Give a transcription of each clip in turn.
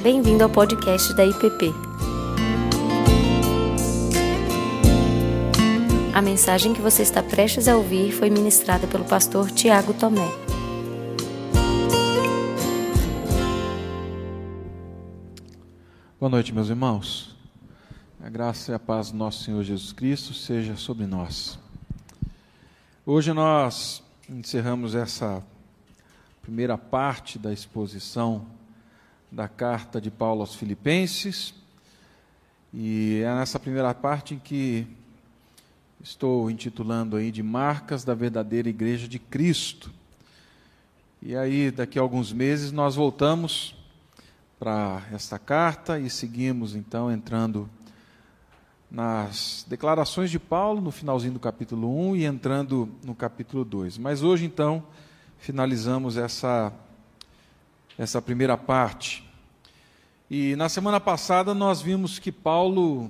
Bem-vindo ao podcast da IPP. A mensagem que você está prestes a ouvir foi ministrada pelo pastor Tiago Tomé. Boa noite, meus irmãos. A graça e a paz do nosso Senhor Jesus Cristo seja sobre nós. Hoje nós encerramos essa primeira parte da exposição da carta de Paulo aos Filipenses, e é nessa primeira parte em que estou intitulando aí de Marcas da Verdadeira Igreja de Cristo. E aí, daqui a alguns meses, nós voltamos para esta carta e seguimos, então, entrando nas declarações de Paulo, no finalzinho do capítulo 1 e entrando no capítulo 2. Mas hoje, então, finalizamos essa primeira parte. E na semana passada nós vimos que Paulo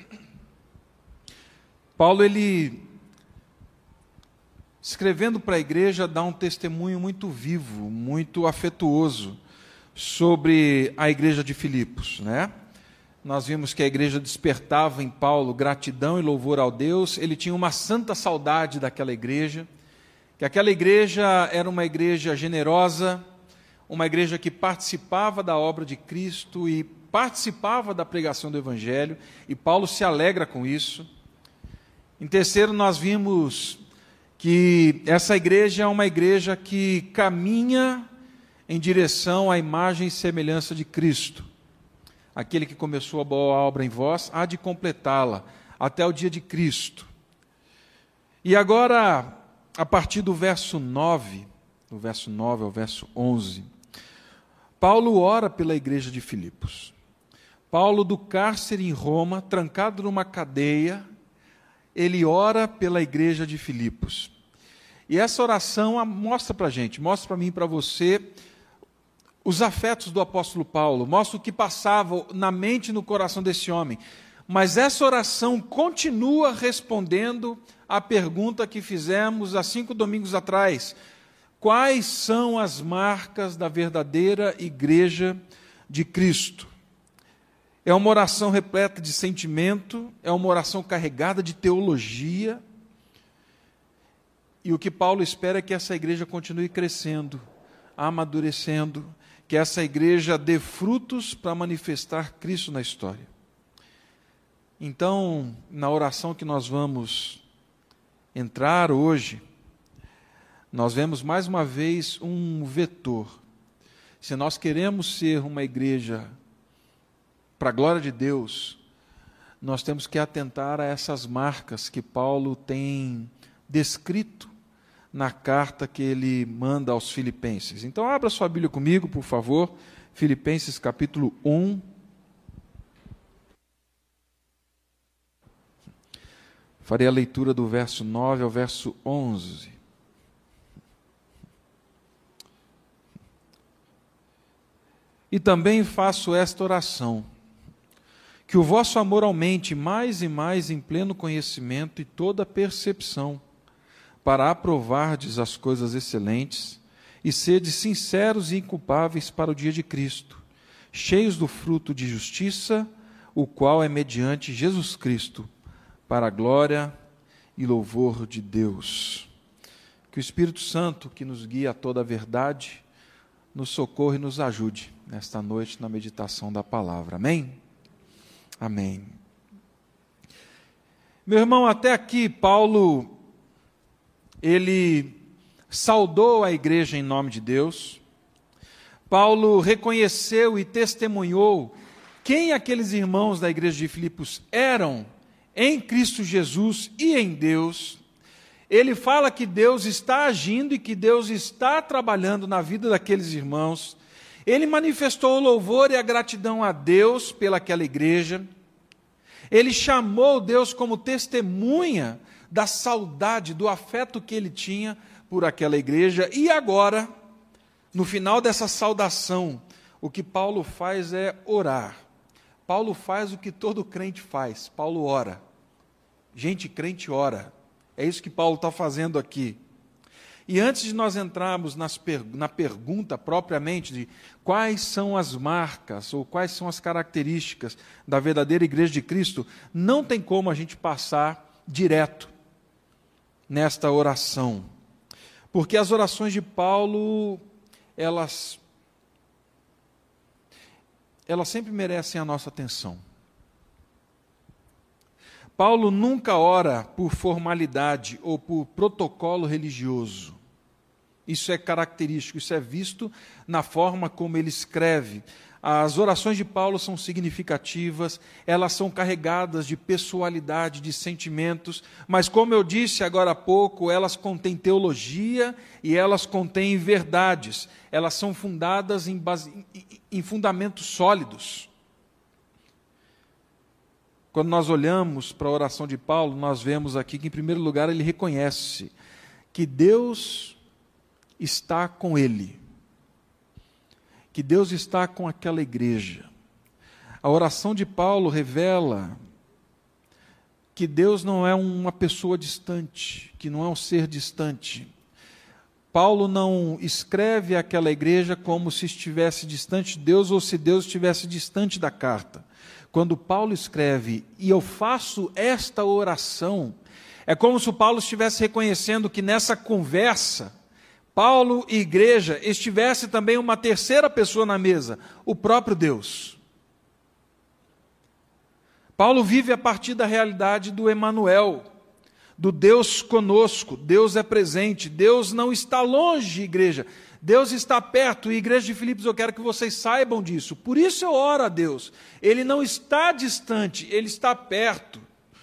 ele, escrevendo para a igreja, dá um testemunho muito vivo, muito afetuoso sobre a igreja de Filipos, né? Nós vimos que a igreja despertava em Paulo gratidão e louvor ao Deus. Ele tinha uma santa saudade daquela igreja, que aquela igreja era uma igreja generosa, uma igreja que participava da obra de Cristo e participava da pregação do Evangelho, e Paulo se alegra com isso. Em terceiro, nós vimos que essa igreja é uma igreja que caminha em direção à imagem e semelhança de Cristo. Aquele que começou a boa obra em vós, há de completá-la até o dia de Cristo. E agora, a partir do verso 9, do verso 9 ao verso 11, Paulo ora pela igreja de Filipos. Paulo, do cárcere em Roma, trancado numa cadeia, ele ora pela igreja de Filipos. E essa oração mostra para a gente, mostra para mim e para você, os afetos do apóstolo Paulo, mostra o que passava na mente e no coração desse homem. Mas essa oração continua respondendo à pergunta que fizemos há 5 domingos atrás: quais são as marcas da verdadeira igreja de Cristo? É uma oração repleta de sentimento, é uma oração carregada de teologia, e o que Paulo espera é que essa igreja continue crescendo, amadurecendo, que essa igreja dê frutos para manifestar Cristo na história. Então, na oração que nós vamos entrar hoje, nós vemos mais uma vez um vetor. Se nós queremos ser uma igreja para a glória de Deus, nós temos que atentar a essas marcas que Paulo tem descrito na carta que ele manda aos Filipenses. Então, abra sua Bíblia comigo, por favor, Filipenses capítulo 1. Farei a leitura do verso 9 ao verso 11. E também faço esta oração: que o vosso amor aumente mais e mais em pleno conhecimento e toda percepção, para aprovardes as coisas excelentes e sedes sinceros e inculpáveis para o dia de Cristo, cheios do fruto de justiça, o qual é mediante Jesus Cristo, para a glória e louvor de Deus. Que o Espírito Santo, que nos guia a toda a verdade, nos socorra e nos ajude nesta noite na meditação da palavra. Amém? Amém. Meu irmão, até aqui Paulo, ele saudou a igreja em nome de Deus. Paulo reconheceu e testemunhou quem aqueles irmãos da igreja de Filipos eram em Cristo Jesus e em Deus. Ele fala que Deus está agindo e que Deus está trabalhando na vida daqueles irmãos. Ele manifestou o louvor e a gratidão a Deus pelaquela igreja. Ele chamou Deus como testemunha da saudade, do afeto que ele tinha por aquela igreja. E agora, no final dessa saudação, o que Paulo faz é orar. Paulo faz o que todo crente faz, Paulo ora. Gente crente ora. É isso que Paulo está fazendo aqui. E antes de nós entrarmos na pergunta propriamente de quais são as marcas ou quais são as características da verdadeira igreja de Cristo, não tem como a gente passar direto nesta oração. Porque as orações de Paulo, elas sempre merecem a nossa atenção. Paulo nunca ora por formalidade ou por protocolo religioso. Isso é característico, isso é visto na forma como ele escreve. As orações de Paulo são significativas, elas são carregadas de pessoalidade, de sentimentos, mas como eu disse agora há pouco, elas contêm teologia e elas contêm verdades. Elas são fundadas em fundamentos sólidos. Quando nós olhamos para a oração de Paulo, nós vemos aqui que, em primeiro lugar, ele reconhece que Deus está com ele, que Deus está com aquela igreja. A oração de Paulo revela que Deus não é uma pessoa distante, que não é um ser distante. Paulo não escreve aquela igreja como se estivesse distante de Deus ou se Deus estivesse distante da carta. Quando Paulo escreve, e eu faço esta oração, é como se o Paulo estivesse reconhecendo que nessa conversa, Paulo e igreja, estivesse também uma terceira pessoa na mesa, o próprio Deus. Paulo vive a partir da realidade do Emanuel, do Deus conosco. Deus é presente, Deus não está longe, igreja. Deus está perto, e igreja de Filipos, eu quero que vocês saibam disso. Por isso eu oro a Deus. Ele não está distante, Ele está perto.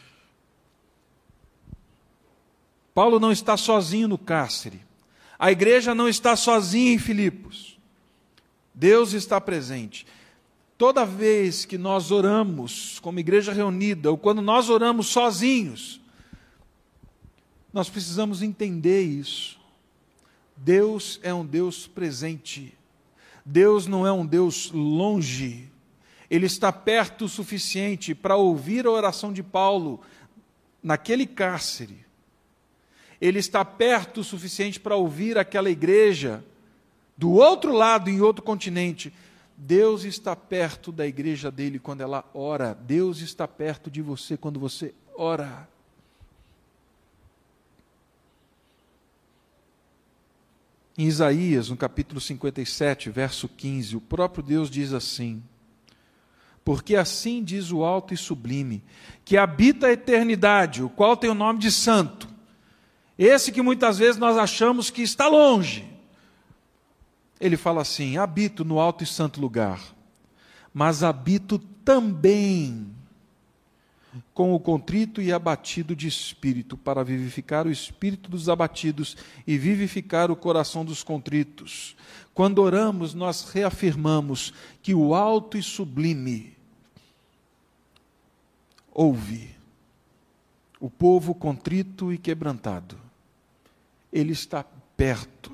Paulo não está sozinho no cárcere. A igreja não está sozinha em Filipos. Deus está presente. Toda vez que nós oramos como igreja reunida, ou quando nós oramos sozinhos, nós precisamos entender isso. Deus é um Deus presente. Deus não é um Deus longe. Ele está perto o suficiente para ouvir a oração de Paulo naquele cárcere. Ele está perto o suficiente para ouvir aquela igreja do outro lado, em outro continente. Deus está perto da igreja dele quando ela ora. Deus está perto de você quando você ora. Em Isaías, no capítulo 57, verso 15, o próprio Deus diz assim: porque assim diz o alto e sublime, que habita a eternidade, o qual tem o nome de santo, esse que muitas vezes nós achamos que está longe. Ele fala assim: habito no alto e santo lugar, mas habito também com o contrito e abatido de espírito, para vivificar o espírito dos abatidos e vivificar o coração dos contritos. Quando oramos, nós reafirmamos que o alto e sublime ouve o povo contrito e quebrantado. Ele está perto.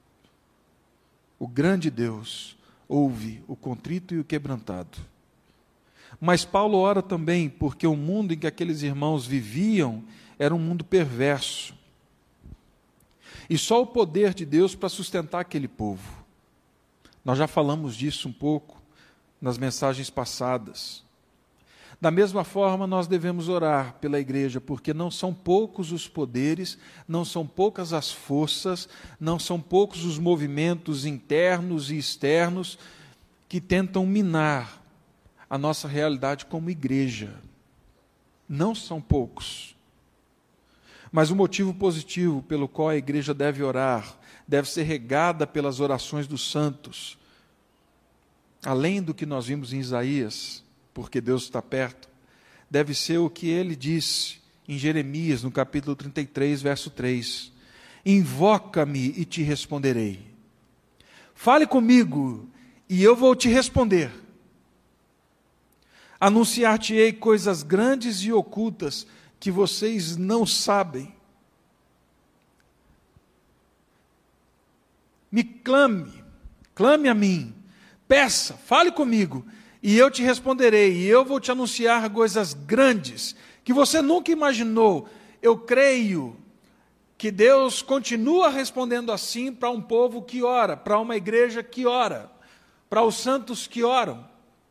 O grande Deus ouve o contrito e o quebrantado. Mas Paulo ora também porque o mundo em que aqueles irmãos viviam era um mundo perverso. E só o poder de Deus para sustentar aquele povo. Nós já falamos disso um pouco nas mensagens passadas. Da mesma forma, nós devemos orar pela igreja, porque não são poucos os poderes, não são poucas as forças, não são poucos os movimentos internos e externos que tentam minar a nossa realidade como igreja. Não são poucos. Mas o motivo positivo pelo qual a igreja deve orar, deve ser regada pelas orações dos santos, além do que nós vimos em Isaías, porque Deus está perto, deve ser o que ele disse em Jeremias, no capítulo 33, verso 3. Invoca-me e te responderei. Fale comigo e eu vou te responder. Anunciar-te-ei coisas grandes e ocultas que vocês não sabem. Me clame a mim, peça, fale comigo, e eu te responderei, e eu vou te anunciar coisas grandes que você nunca imaginou. Eu creio que Deus continua respondendo assim para um povo que ora, para uma igreja que ora, para os santos que oram.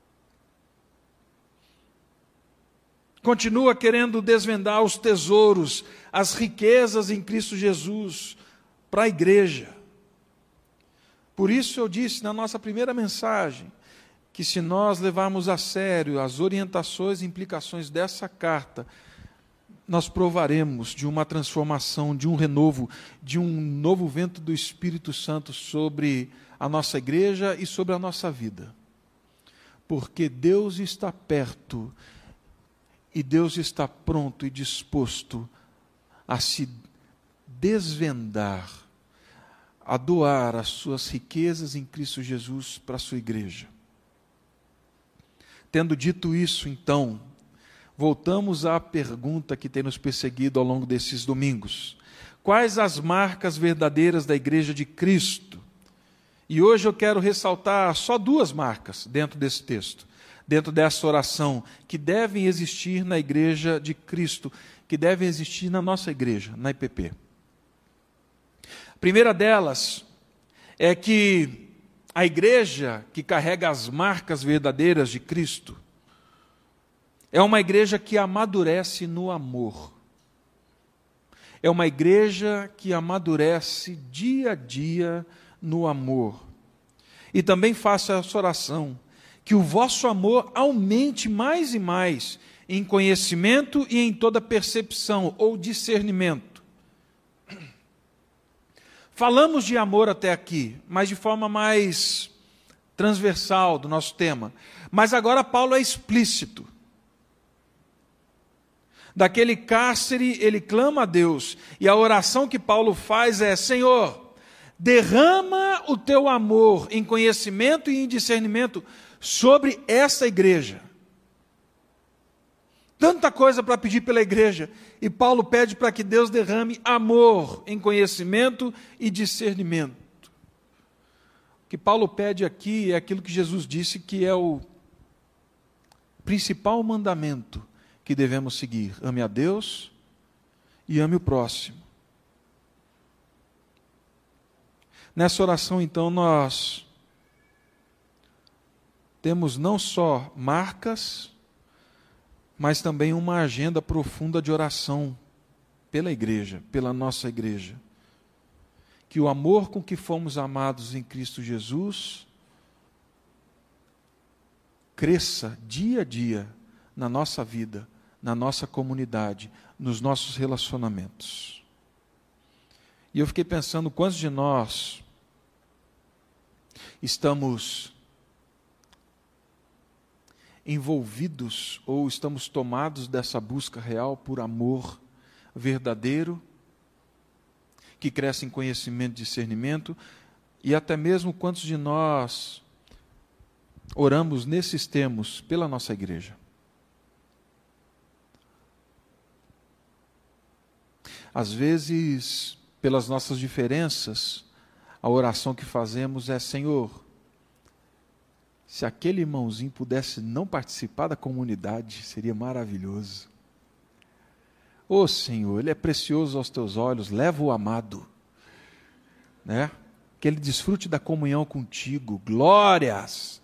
Continua querendo desvendar os tesouros, as riquezas em Cristo Jesus para a igreja. Por isso eu disse na nossa primeira mensagem, que se nós levarmos a sério as orientações e implicações dessa carta, nós provaremos de uma transformação, de um renovo, de um novo vento do Espírito Santo sobre a nossa igreja e sobre a nossa vida. Porque Deus está perto e Deus está pronto e disposto a se desvendar, a doar as suas riquezas em Cristo Jesus para a sua igreja. Tendo dito isso, então, voltamos à pergunta que tem nos perseguido ao longo desses domingos. Quais as marcas verdadeiras da igreja de Cristo? E hoje eu quero ressaltar só 2 marcas dentro desse texto, dentro dessa oração, que devem existir na igreja de Cristo, que devem existir na nossa igreja, na IPP. A primeira delas é que a igreja que carrega as marcas verdadeiras de Cristo é uma igreja que amadurece no amor. É uma igreja que amadurece dia a dia no amor. E também faço essa oração, que o vosso amor aumente mais e mais em conhecimento e em toda percepção ou discernimento. Falamos de amor até aqui, mas de forma mais transversal do nosso tema. Mas agora Paulo é explícito. Daquele cárcere ele clama a Deus, e a oração que Paulo faz é: Senhor, derrama o teu amor em conhecimento e em discernimento sobre essa igreja. Tanta coisa para pedir pela igreja, e Paulo pede para que Deus derrame amor em conhecimento e discernimento. O que Paulo pede aqui é aquilo que Jesus disse que é o principal mandamento que devemos seguir: ame a Deus e ame o próximo. Nessa oração, então, nós temos não só marcas, mas também uma agenda profunda de oração pela igreja, pela nossa igreja. Que o amor com que fomos amados em Cristo Jesus cresça dia a dia na nossa vida, na nossa comunidade, nos nossos relacionamentos. E eu fiquei pensando, quantos de nós estamos envolvidos ou estamos tomados dessa busca real por amor verdadeiro, que cresce em conhecimento e discernimento, e até mesmo quantos de nós oramos nesses termos pela nossa igreja. Às vezes, pelas nossas diferenças, a oração que fazemos é: Senhor, se aquele irmãozinho pudesse não participar da comunidade, seria maravilhoso. Ô Senhor, ele é precioso aos teus olhos, leva o amado, né? Que ele desfrute da comunhão contigo, glórias.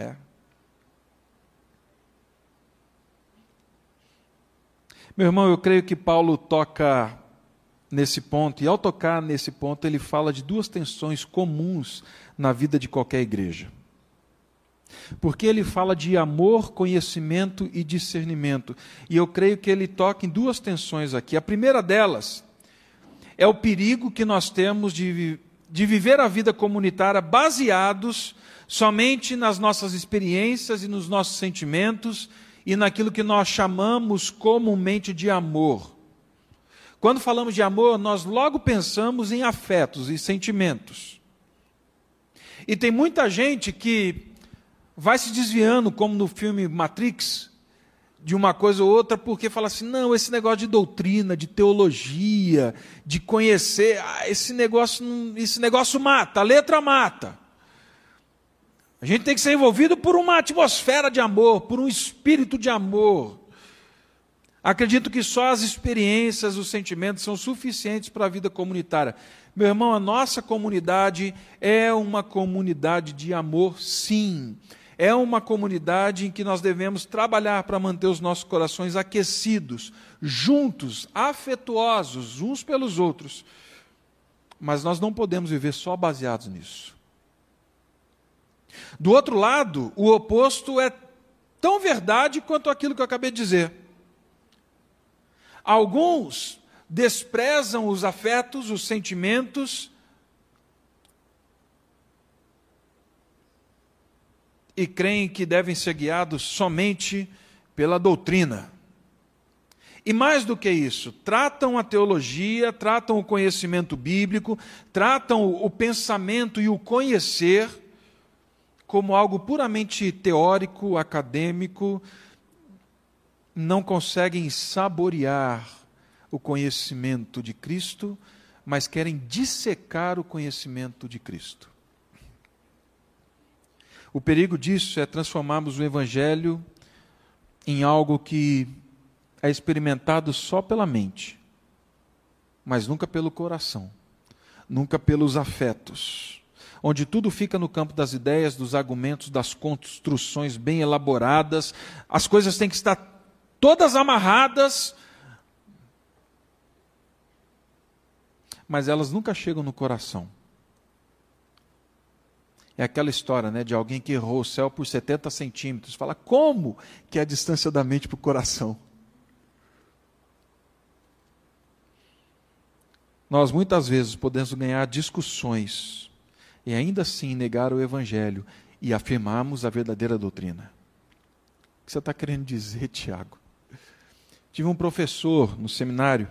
Meu irmão, eu creio que Paulo toca nesse ponto, e ao tocar nesse ponto, ele fala de 2 tensões comuns na vida de qualquer igreja. Porque ele fala de amor, conhecimento e discernimento. E eu creio que ele toca em 2 tensões aqui. A primeira delas é o perigo que nós temos de viver a vida comunitária baseados somente nas nossas experiências e nos nossos sentimentos e naquilo que nós chamamos comumente de amor. Quando falamos de amor, nós logo pensamos em afetos e sentimentos. E tem muita gente que vai se desviando, como no filme Matrix, de uma coisa ou outra, porque fala assim: não, esse negócio de doutrina, de teologia, de conhecer, esse negócio mata, a letra mata. A gente tem que ser envolvido por uma atmosfera de amor, por um espírito de amor. Acredito que só as experiências, os sentimentos são suficientes para a vida comunitária. Meu irmão, a nossa comunidade é uma comunidade de amor, sim. É uma comunidade em que nós devemos trabalhar para manter os nossos corações aquecidos, juntos, afetuosos, uns pelos outros. Mas nós não podemos viver só baseados nisso. Do outro lado, o oposto é tão verdade quanto aquilo que eu acabei de dizer. Alguns desprezam os afetos, os sentimentos, e creem que devem ser guiados somente pela doutrina. E mais do que isso, tratam a teologia, tratam o conhecimento bíblico, tratam o pensamento e o conhecer como algo puramente teórico, acadêmico, não conseguem saborear o conhecimento de Cristo, mas querem dissecar o conhecimento de Cristo. O perigo disso é transformarmos o Evangelho em algo que é experimentado só pela mente, mas nunca pelo coração, nunca pelos afetos, onde tudo fica no campo das ideias, dos argumentos, das construções bem elaboradas, as coisas têm que estar todas amarradas, mas elas nunca chegam no coração. É aquela história, né, de alguém que errou o céu por 70 centímetros. Fala, como que é a distância da mente para o coração? Nós muitas vezes podemos ganhar discussões e ainda assim negar o Evangelho e afirmarmos a verdadeira doutrina. O que você está querendo dizer, Tiago? Tive um professor no seminário,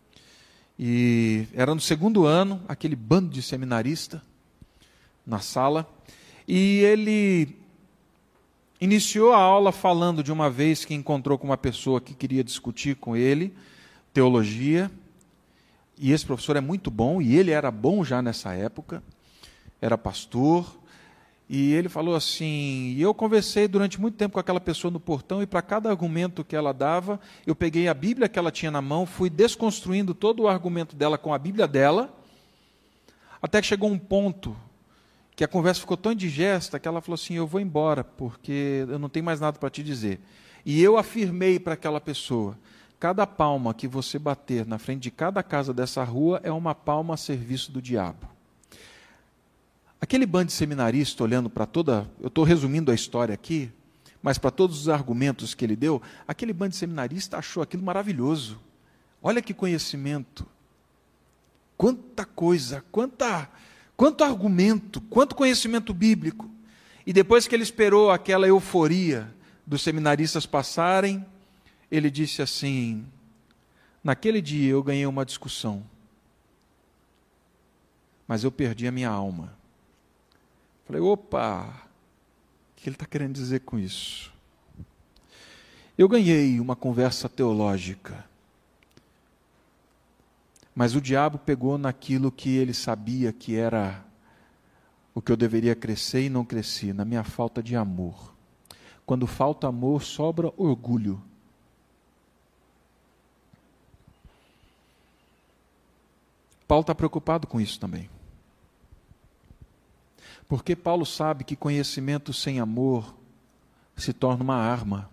e era no segundo ano, aquele bando de seminarista na sala, e ele iniciou a aula falando de uma vez que encontrou com uma pessoa que queria discutir com ele teologia, e esse professor é muito bom, e ele era bom já nessa época, era pastor, e ele falou assim, e eu conversei durante muito tempo com aquela pessoa no portão, e para cada argumento que ela dava, eu peguei a Bíblia que ela tinha na mão, fui desconstruindo todo o argumento dela com a Bíblia dela, até que chegou um ponto que a conversa ficou tão indigesta que ela falou assim, eu vou embora, porque eu não tenho mais nada para te dizer. E eu afirmei para aquela pessoa, cada palma que você bater na frente de cada casa dessa rua é uma palma a serviço do diabo. Aquele bando de seminarista olhando para toda, eu estou resumindo a história aqui, mas para todos os argumentos que ele deu, aquele bando de seminarista achou aquilo maravilhoso. Olha que conhecimento, quanta coisa, quanto argumento, quanto conhecimento bíblico. E depois que ele esperou aquela euforia dos seminaristas passarem, ele disse assim, naquele dia eu ganhei uma discussão, mas eu perdi a minha alma. Falei, opa, o que ele está querendo dizer com isso? Eu ganhei uma conversa teológica, mas o diabo pegou naquilo que ele sabia que era o que eu deveria crescer e não cresci, na minha falta de amor. Quando falta amor, sobra orgulho. Paulo está preocupado com isso também. Porque Paulo sabe que conhecimento sem amor se torna uma arma.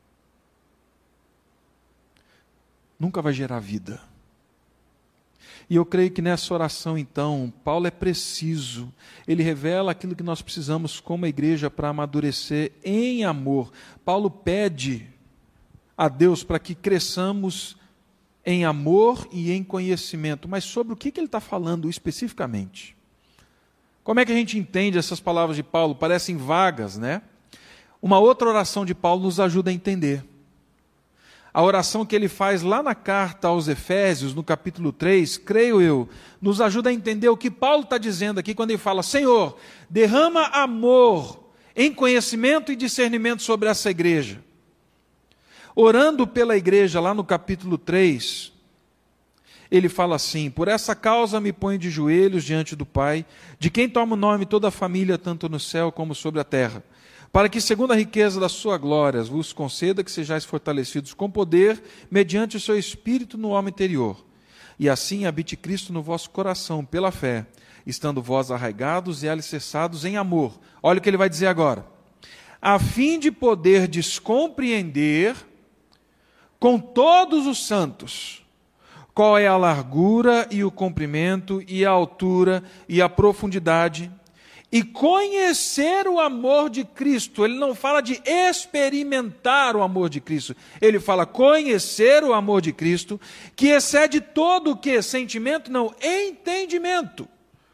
Nunca vai gerar vida. E eu creio que nessa oração, então, Paulo é preciso. Ele revela aquilo que nós precisamos como igreja para amadurecer em amor. Paulo pede a Deus para que cresçamos em amor e em conhecimento. Mas sobre o que ele está falando especificamente? Como é que a gente entende essas palavras de Paulo? Parecem vagas, né? Uma outra oração de Paulo nos ajuda a entender. A oração que ele faz lá na carta aos Efésios, no capítulo 3, creio eu, nos ajuda a entender o que Paulo está dizendo aqui quando ele fala, Senhor, derrama amor em conhecimento e discernimento sobre essa igreja. Orando pela igreja lá no capítulo 3, ele fala assim, por essa causa me ponho de joelhos diante do Pai, de quem toma o nome toda a família, tanto no céu como sobre a terra, para que, segundo a riqueza da sua glória, vos conceda que sejais fortalecidos com poder, mediante o seu Espírito no homem interior, e assim habite Cristo no vosso coração, pela fé, estando vós arraigados e alicerçados em amor. Olha o que ele vai dizer agora. A fim de poder descompreender com todos os santos qual é a largura e o comprimento e a altura e a profundidade, e conhecer o amor de Cristo. Ele não fala de experimentar o amor de Cristo, ele fala conhecer o amor de Cristo, que excede todo o que? Sentimento? Não, entendimento.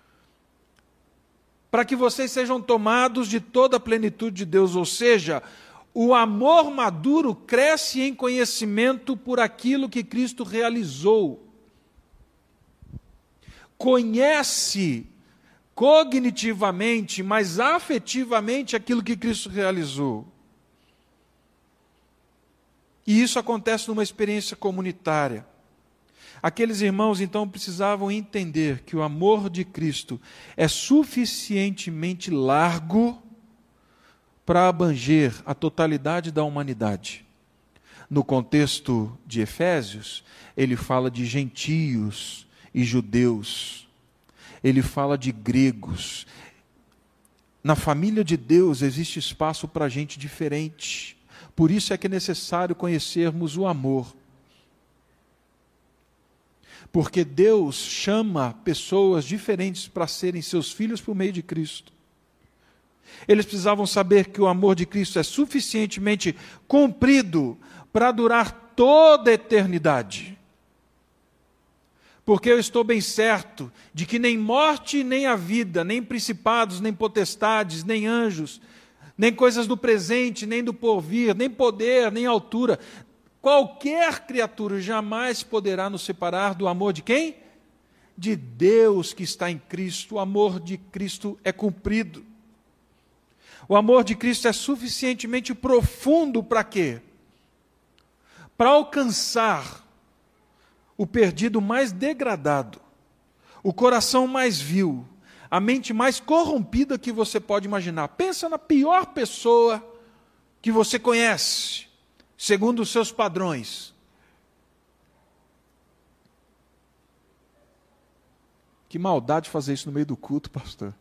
Para que vocês sejam tomados de toda a plenitude de Deus, ou seja, o amor maduro cresce em conhecimento por aquilo que Cristo realizou. Conhece cognitivamente, mas afetivamente aquilo que Cristo realizou. E isso acontece numa experiência comunitária. Aqueles irmãos, então, precisavam entender que o amor de Cristo é suficientemente largo para abranger a totalidade da humanidade. No contexto de Efésios, ele fala de gentios e judeus. Ele fala de gregos. Na família de Deus existe espaço para gente diferente. Por isso é que é necessário conhecermos o amor. Porque Deus chama pessoas diferentes para serem seus filhos por meio de Cristo. Eles precisavam saber que o amor de Cristo é suficientemente comprido para durar toda a eternidade. Porque eu estou bem certo de que nem morte, nem a vida, nem principados, nem potestades, nem anjos, nem coisas do presente, nem do porvir, nem poder, nem altura, qualquer criatura jamais poderá nos separar do amor de quem? De Deus que está em Cristo. O amor de Cristo é cumprido. O amor de Cristo é suficientemente profundo para quê? Para alcançar o perdido mais degradado, o coração mais vil, a mente mais corrompida que você pode imaginar. Pensa na pior pessoa que você conhece, segundo os seus padrões. Que maldade fazer isso no meio do culto, pastor.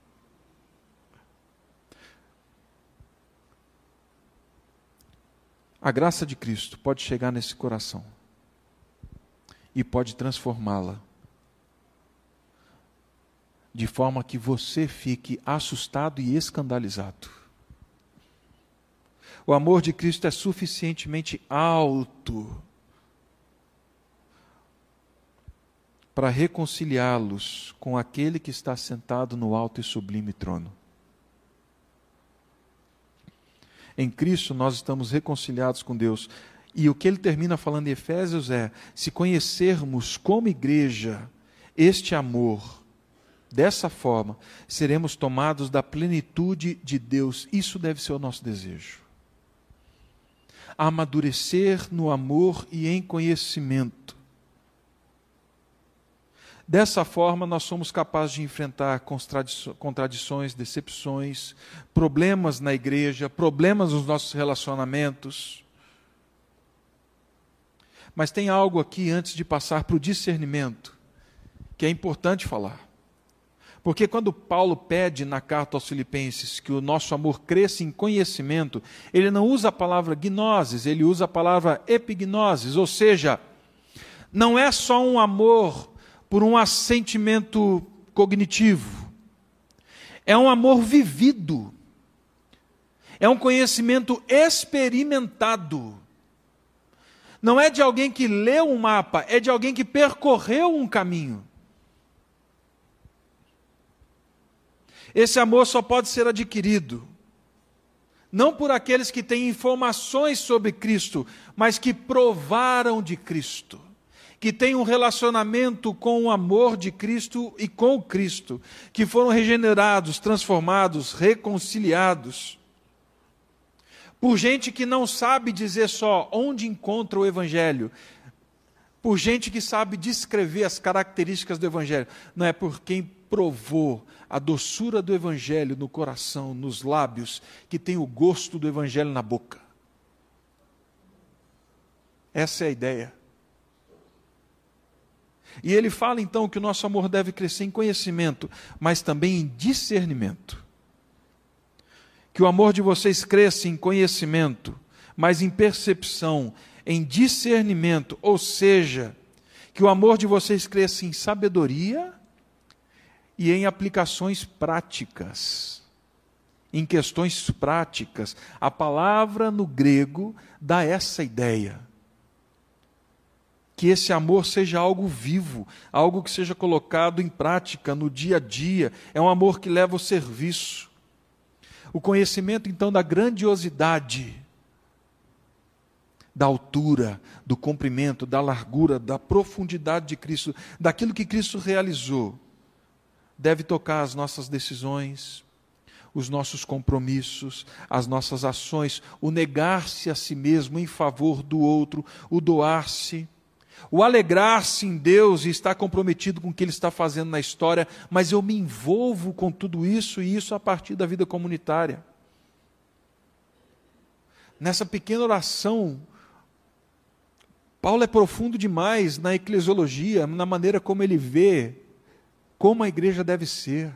A graça de Cristo pode chegar nesse coração e pode transformá-la de forma que você fique assustado e escandalizado. O amor de Cristo é suficientemente alto para reconciliá-los com aquele que está sentado no alto e sublime trono. Em Cristo nós estamos reconciliados com Deus. E o que ele termina falando em Efésios é: se conhecermos como igreja este amor, dessa forma, seremos tomados da plenitude de Deus. Isso deve ser o nosso desejo. Amadurecer no amor e em conhecimento. Dessa forma, nós somos capazes de enfrentar contradições, decepções, problemas na igreja, problemas nos nossos relacionamentos. Mas tem algo aqui, antes de passar para o discernimento, que é importante falar. Porque quando Paulo pede na carta aos Filipenses que o nosso amor cresça em conhecimento, ele não usa a palavra gnosis, ele usa a palavra epignosis, ou seja, não é só um amor por um assentimento cognitivo. É um amor vivido. É um conhecimento experimentado. Não é de alguém que leu um mapa, é de alguém que percorreu um caminho. Esse amor só pode ser adquirido, não por aqueles que têm informações sobre Cristo, mas que provaram de Cristo, que têm um relacionamento com o amor de Cristo e com Cristo, que foram regenerados, transformados, reconciliados, por gente que não sabe dizer só onde encontra o Evangelho, por gente que sabe descrever as características do Evangelho, não é por quem provou a doçura do Evangelho no coração, nos lábios, que tem o gosto do Evangelho na boca? Essa é a ideia. E ele fala então que o nosso amor deve crescer em conhecimento, mas também em discernimento. Que o amor de vocês cresça em conhecimento, mas em percepção, em discernimento, ou seja, que o amor de vocês cresça em sabedoria e em aplicações práticas, em questões práticas. A palavra no grego dá essa ideia. Que esse amor seja algo vivo, algo que seja colocado em prática no dia a dia. É um amor que leva ao serviço. O conhecimento, então, da grandiosidade, da altura, do comprimento, da largura, da profundidade de Cristo, daquilo que Cristo realizou, deve tocar as nossas decisões, os nossos compromissos, as nossas ações, o negar-se a si mesmo em favor do outro, o doar-se, o alegrar-se em Deus e estar comprometido com o que Ele está fazendo na história, mas eu me envolvo com tudo isso, e isso a partir da vida comunitária. Nessa pequena oração, Paulo é profundo demais na eclesiologia, na maneira como ele vê como a igreja deve ser.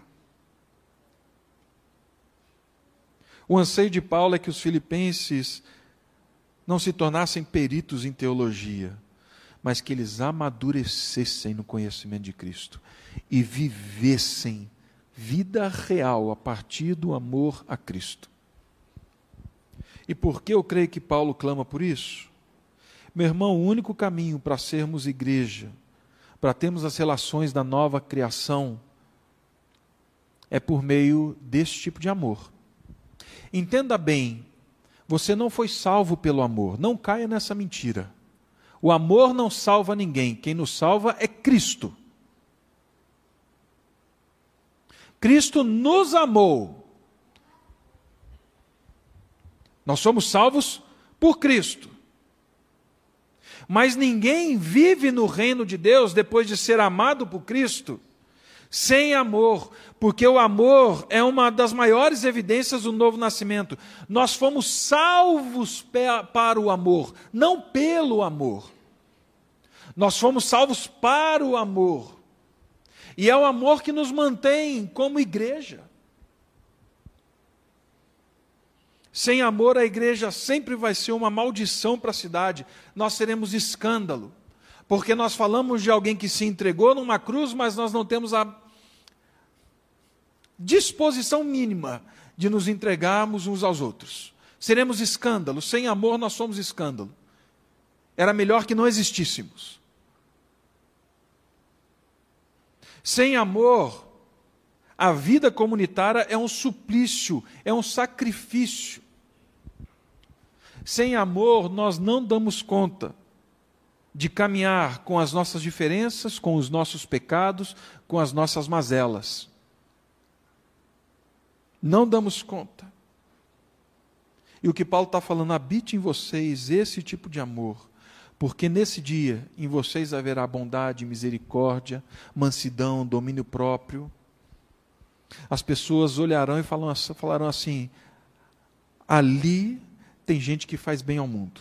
O anseio de Paulo é que os filipenses não se tornassem peritos em teologia, mas que eles amadurecessem no conhecimento de Cristo e vivessem vida real a partir do amor a Cristo. E por que eu creio que Paulo clama por isso? Meu irmão, o único caminho para sermos igreja, para termos as relações da nova criação, é por meio desse tipo de amor. Entenda bem, você não foi salvo pelo amor, não caia nessa mentira. O amor não salva ninguém, quem nos salva é Cristo. Cristo nos amou. Nós somos salvos por Cristo. Mas ninguém vive no reino de Deus depois de ser amado por Cristo sem amor, porque o amor é uma das maiores evidências do novo nascimento. Nós fomos salvos para o amor, não pelo amor. Nós fomos salvos para o amor. E é o amor que nos mantém como igreja. Sem amor, a igreja sempre vai ser uma maldição para a cidade. Nós seremos escândalo, porque nós falamos de alguém que se entregou numa cruz, mas nós não temos a disposição mínima de nos entregarmos uns aos outros. Seremos escândalo. Sem amor, nós somos escândalo. Era melhor que não existíssemos. Sem amor, a vida comunitária é um suplício, é um sacrifício. Sem amor, nós não damos conta de caminhar com as nossas diferenças, com os nossos pecados, com as nossas mazelas. Não damos conta. E o que Paulo está falando, habite em vocês esse tipo de amor, porque nesse dia em vocês haverá bondade, misericórdia, mansidão, domínio próprio. As pessoas olharão e falarão assim: ali tem gente que faz bem ao mundo.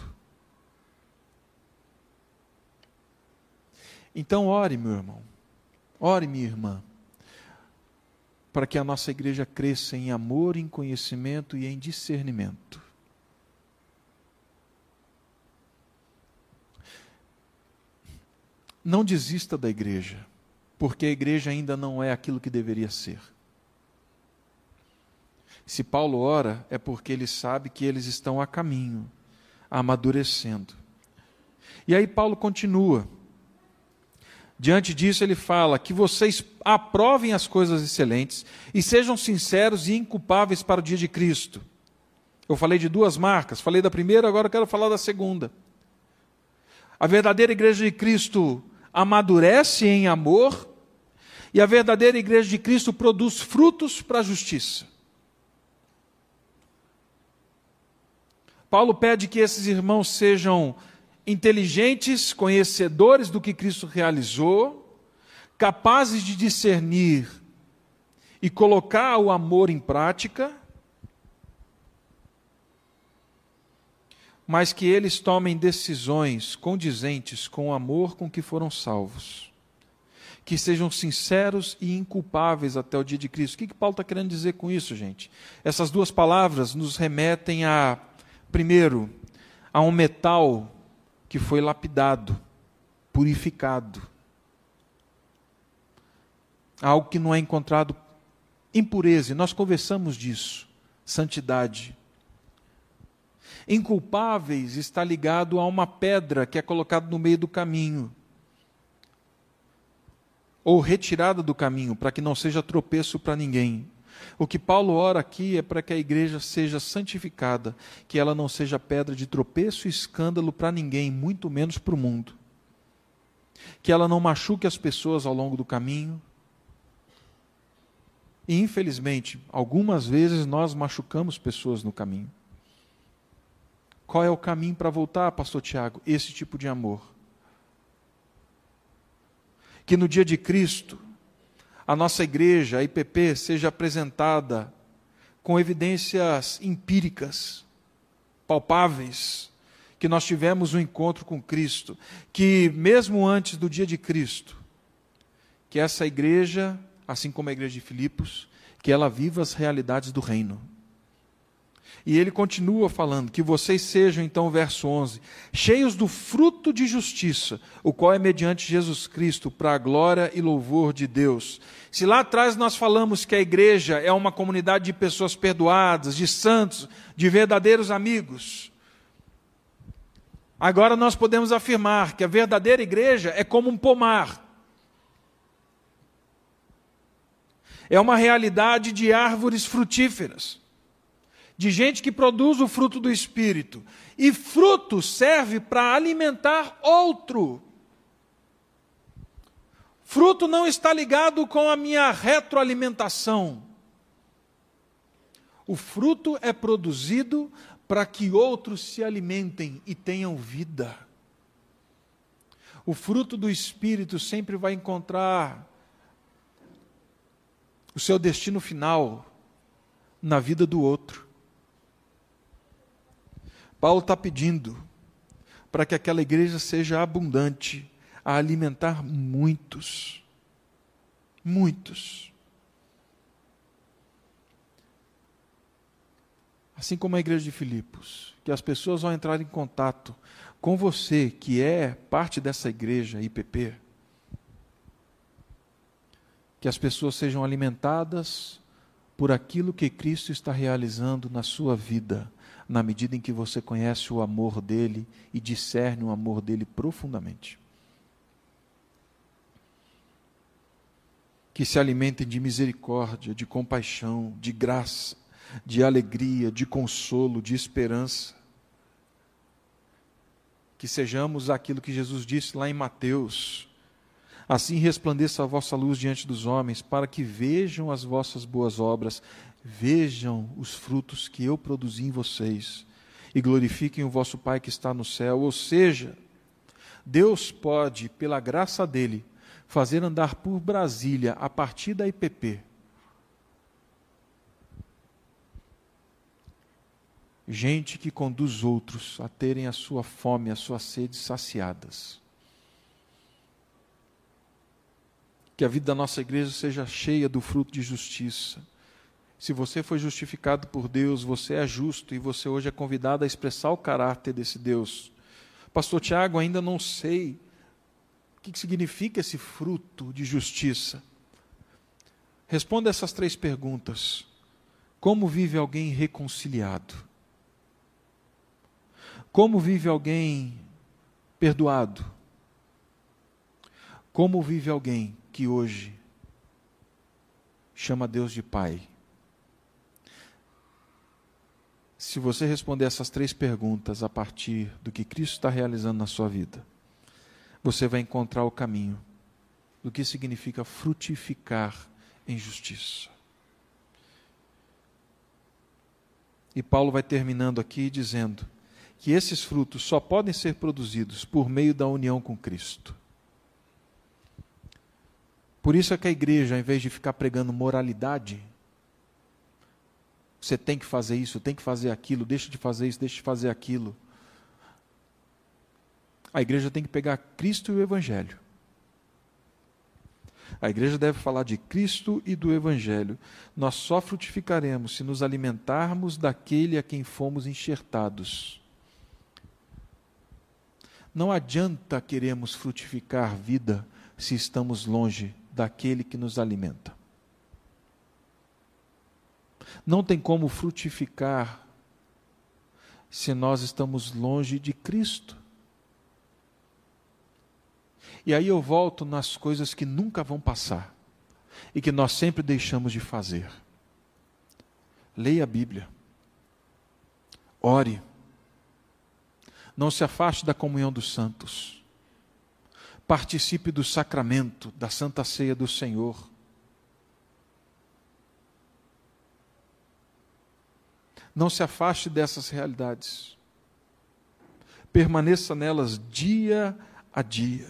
Então ore, meu irmão, ore, minha irmã, para que a nossa igreja cresça em amor, em conhecimento e em discernimento. Não desista da igreja, porque a igreja ainda não é aquilo que deveria ser. Se Paulo ora, é porque ele sabe que eles estão a caminho, amadurecendo. E aí Paulo continua. Diante disso ele fala que vocês aprovem as coisas excelentes e sejam sinceros e inculpáveis para o dia de Cristo. Eu falei de duas marcas, falei da primeira, agora eu quero falar da segunda. A verdadeira igreja de Cristo amadurece em amor e a verdadeira igreja de Cristo produz frutos para a justiça. Paulo pede que esses irmãos sejam inteligentes, conhecedores do que Cristo realizou, capazes de discernir e colocar o amor em prática, mas que eles tomem decisões condizentes com o amor com que foram salvos. Que sejam sinceros e inculpáveis até o dia de Cristo. O que Paulo está querendo dizer com isso, gente? Essas duas palavras nos remetem primeiro, a um metal que foi lapidado, purificado. Algo que não é encontrado impureza, e nós conversamos disso, santidade. Inculpáveis está ligado a uma pedra que é colocada no meio do caminho, ou retirada do caminho, para que não seja tropeço para ninguém. O que Paulo ora aqui é para que a igreja seja santificada, que ela não seja pedra de tropeço e escândalo para ninguém, muito menos para o mundo. Que ela não machuque as pessoas ao longo do caminho. E, infelizmente, algumas vezes nós machucamos pessoas no caminho. Qual é o caminho para voltar, pastor Tiago? Esse tipo de amor. Que no dia de Cristo, a nossa igreja, a IPP, seja apresentada com evidências empíricas, palpáveis, que nós tivemos um encontro com Cristo, que mesmo antes do dia de Cristo, que essa igreja, assim como a igreja de Filipos, que ela viva as realidades do reino. E ele continua falando, que vocês sejam, então, verso 11, cheios do fruto de justiça, o qual é mediante Jesus Cristo, para a glória e louvor de Deus. Se lá atrás nós falamos que a igreja é uma comunidade de pessoas perdoadas, de santos, de verdadeiros amigos, agora nós podemos afirmar que a verdadeira igreja é como um pomar. É uma realidade de árvores frutíferas, de gente que produz o fruto do Espírito. E fruto serve para alimentar outro. Fruto não está ligado com a minha retroalimentação. O fruto é produzido para que outros se alimentem e tenham vida. O fruto do Espírito sempre vai encontrar o seu destino final na vida do outro. Paulo está pedindo para que aquela igreja seja abundante a alimentar muitos. Muitos. Assim como a igreja de Filipos, que as pessoas vão entrar em contato com você, que é parte dessa igreja IPP, que as pessoas sejam alimentadas por aquilo que Cristo está realizando na sua vida, na medida em que você conhece o amor dele e discerne o amor dele profundamente. Que se alimentem de misericórdia, de compaixão, de graça, de alegria, de consolo, de esperança. Que sejamos aquilo que Jesus disse lá em Mateus: assim resplandeça a vossa luz diante dos homens, para que vejam as vossas boas obras, vejam os frutos que eu produzi em vocês, e glorifiquem o vosso Pai que está no céu. Ou seja, Deus pode, pela graça dele, fazer andar por Brasília, a partir da IPP, gente que conduz outros a terem a sua fome, a sua sede saciadas. Que a vida da nossa igreja seja cheia do fruto de justiça. Se você foi justificado por Deus, você é justo, e você hoje é convidado a expressar o caráter desse Deus. Pastor Tiago, ainda não sei o que significa esse fruto de justiça. Responda essas 3 perguntas. Como vive alguém reconciliado? Como vive alguém perdoado? Como vive alguém que hoje chama Deus de Pai? Se você responder essas 3 perguntas a partir do que Cristo está realizando na sua vida, você vai encontrar o caminho do que significa frutificar em justiça. E Paulo vai terminando aqui dizendo que esses frutos só podem ser produzidos por meio da união com Cristo. Por isso é que a igreja, ao invés de ficar pregando moralidade, você tem que fazer isso, tem que fazer aquilo, deixa de fazer isso, deixa de fazer aquilo. A igreja tem que pegar Cristo e o Evangelho. A igreja deve falar de Cristo e do Evangelho. Nós só frutificaremos se nos alimentarmos daquele a quem fomos enxertados. Não adianta queremos frutificar vida se estamos longe daquele que nos alimenta. Não tem como frutificar se nós estamos longe de Cristo. E aí eu volto nas coisas que nunca vão passar e que nós sempre deixamos de fazer. Leia a Bíblia. Ore. Não se afaste da comunhão dos santos. Participe do sacramento, da Santa Ceia do Senhor. Não se afaste dessas realidades. Permaneça nelas dia a dia.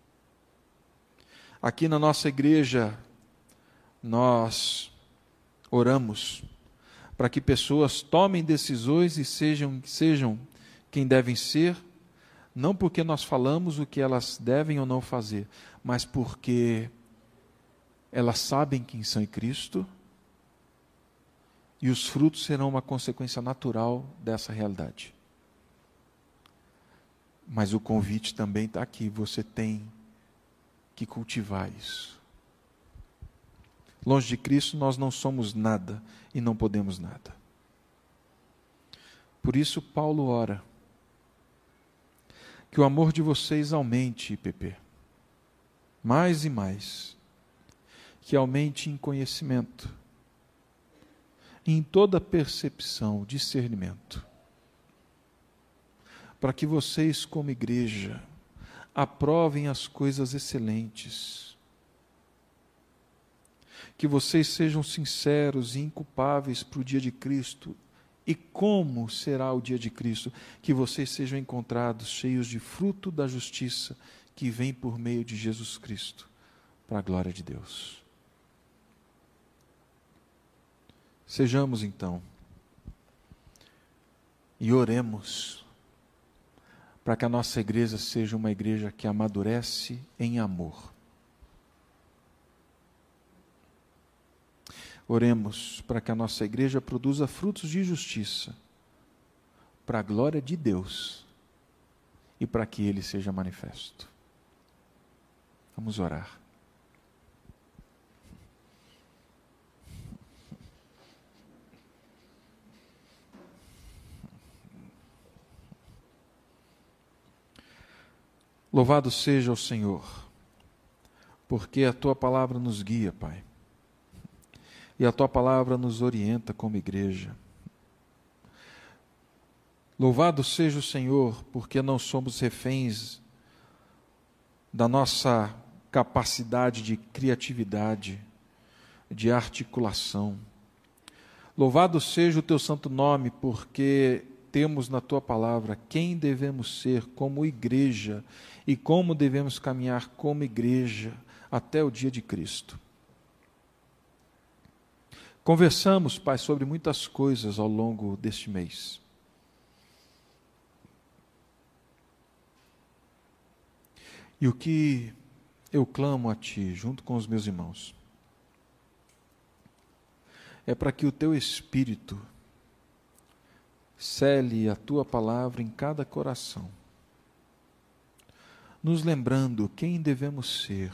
Aqui na nossa igreja, nós oramos para que pessoas tomem decisões e sejam quem devem ser, não porque nós falamos o que elas devem ou não fazer, mas porque elas sabem quem são em Cristo, e os frutos serão uma consequência natural dessa realidade. Mas o convite também está aqui, você tem que cultivar isso. Longe de Cristo nós não somos nada e não podemos nada. Por isso Paulo ora que o amor de vocês aumente, IPP, mais e mais, que aumente em conhecimento, em toda percepção, discernimento, para que vocês como igreja aprovem as coisas excelentes, que vocês sejam sinceros e inculpáveis para o dia de Cristo. E como será o dia de Cristo? Que vocês sejam encontrados cheios de fruto da justiça que vem por meio de Jesus Cristo, para a glória de Deus. Sejamos então, e oremos, para que a nossa igreja seja uma igreja que amadurece em amor. Oremos para que a nossa igreja produza frutos de justiça, para a glória de Deus e para que Ele seja manifesto. Vamos orar. Louvado seja o Senhor, porque a Tua palavra nos guia, Pai. E a Tua palavra nos orienta como igreja. Louvado seja o Senhor, porque não somos reféns da nossa capacidade de criatividade, de articulação. Louvado seja o Teu santo nome, porque temos na Tua palavra quem devemos ser como igreja e como devemos caminhar como igreja até o dia de Cristo. Conversamos, Pai, sobre muitas coisas ao longo deste mês. E o que eu clamo a Ti, junto com os meus irmãos, é para que o Teu Espírito cele a Tua palavra em cada coração, nos lembrando quem devemos ser,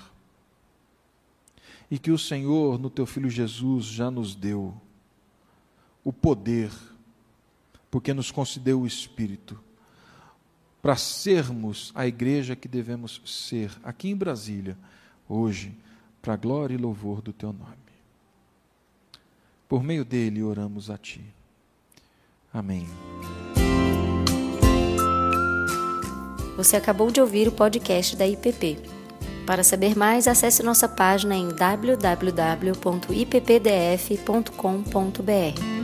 e que o Senhor, no Teu Filho Jesus, já nos deu o poder, porque nos concedeu o Espírito, para sermos a igreja que devemos ser, aqui em Brasília, hoje, para a glória e louvor do Teu nome. Por meio dele oramos a Ti. Amém. Você acabou de ouvir o podcast da IPP. Para saber mais, acesse nossa página em www.ippdf.com.br.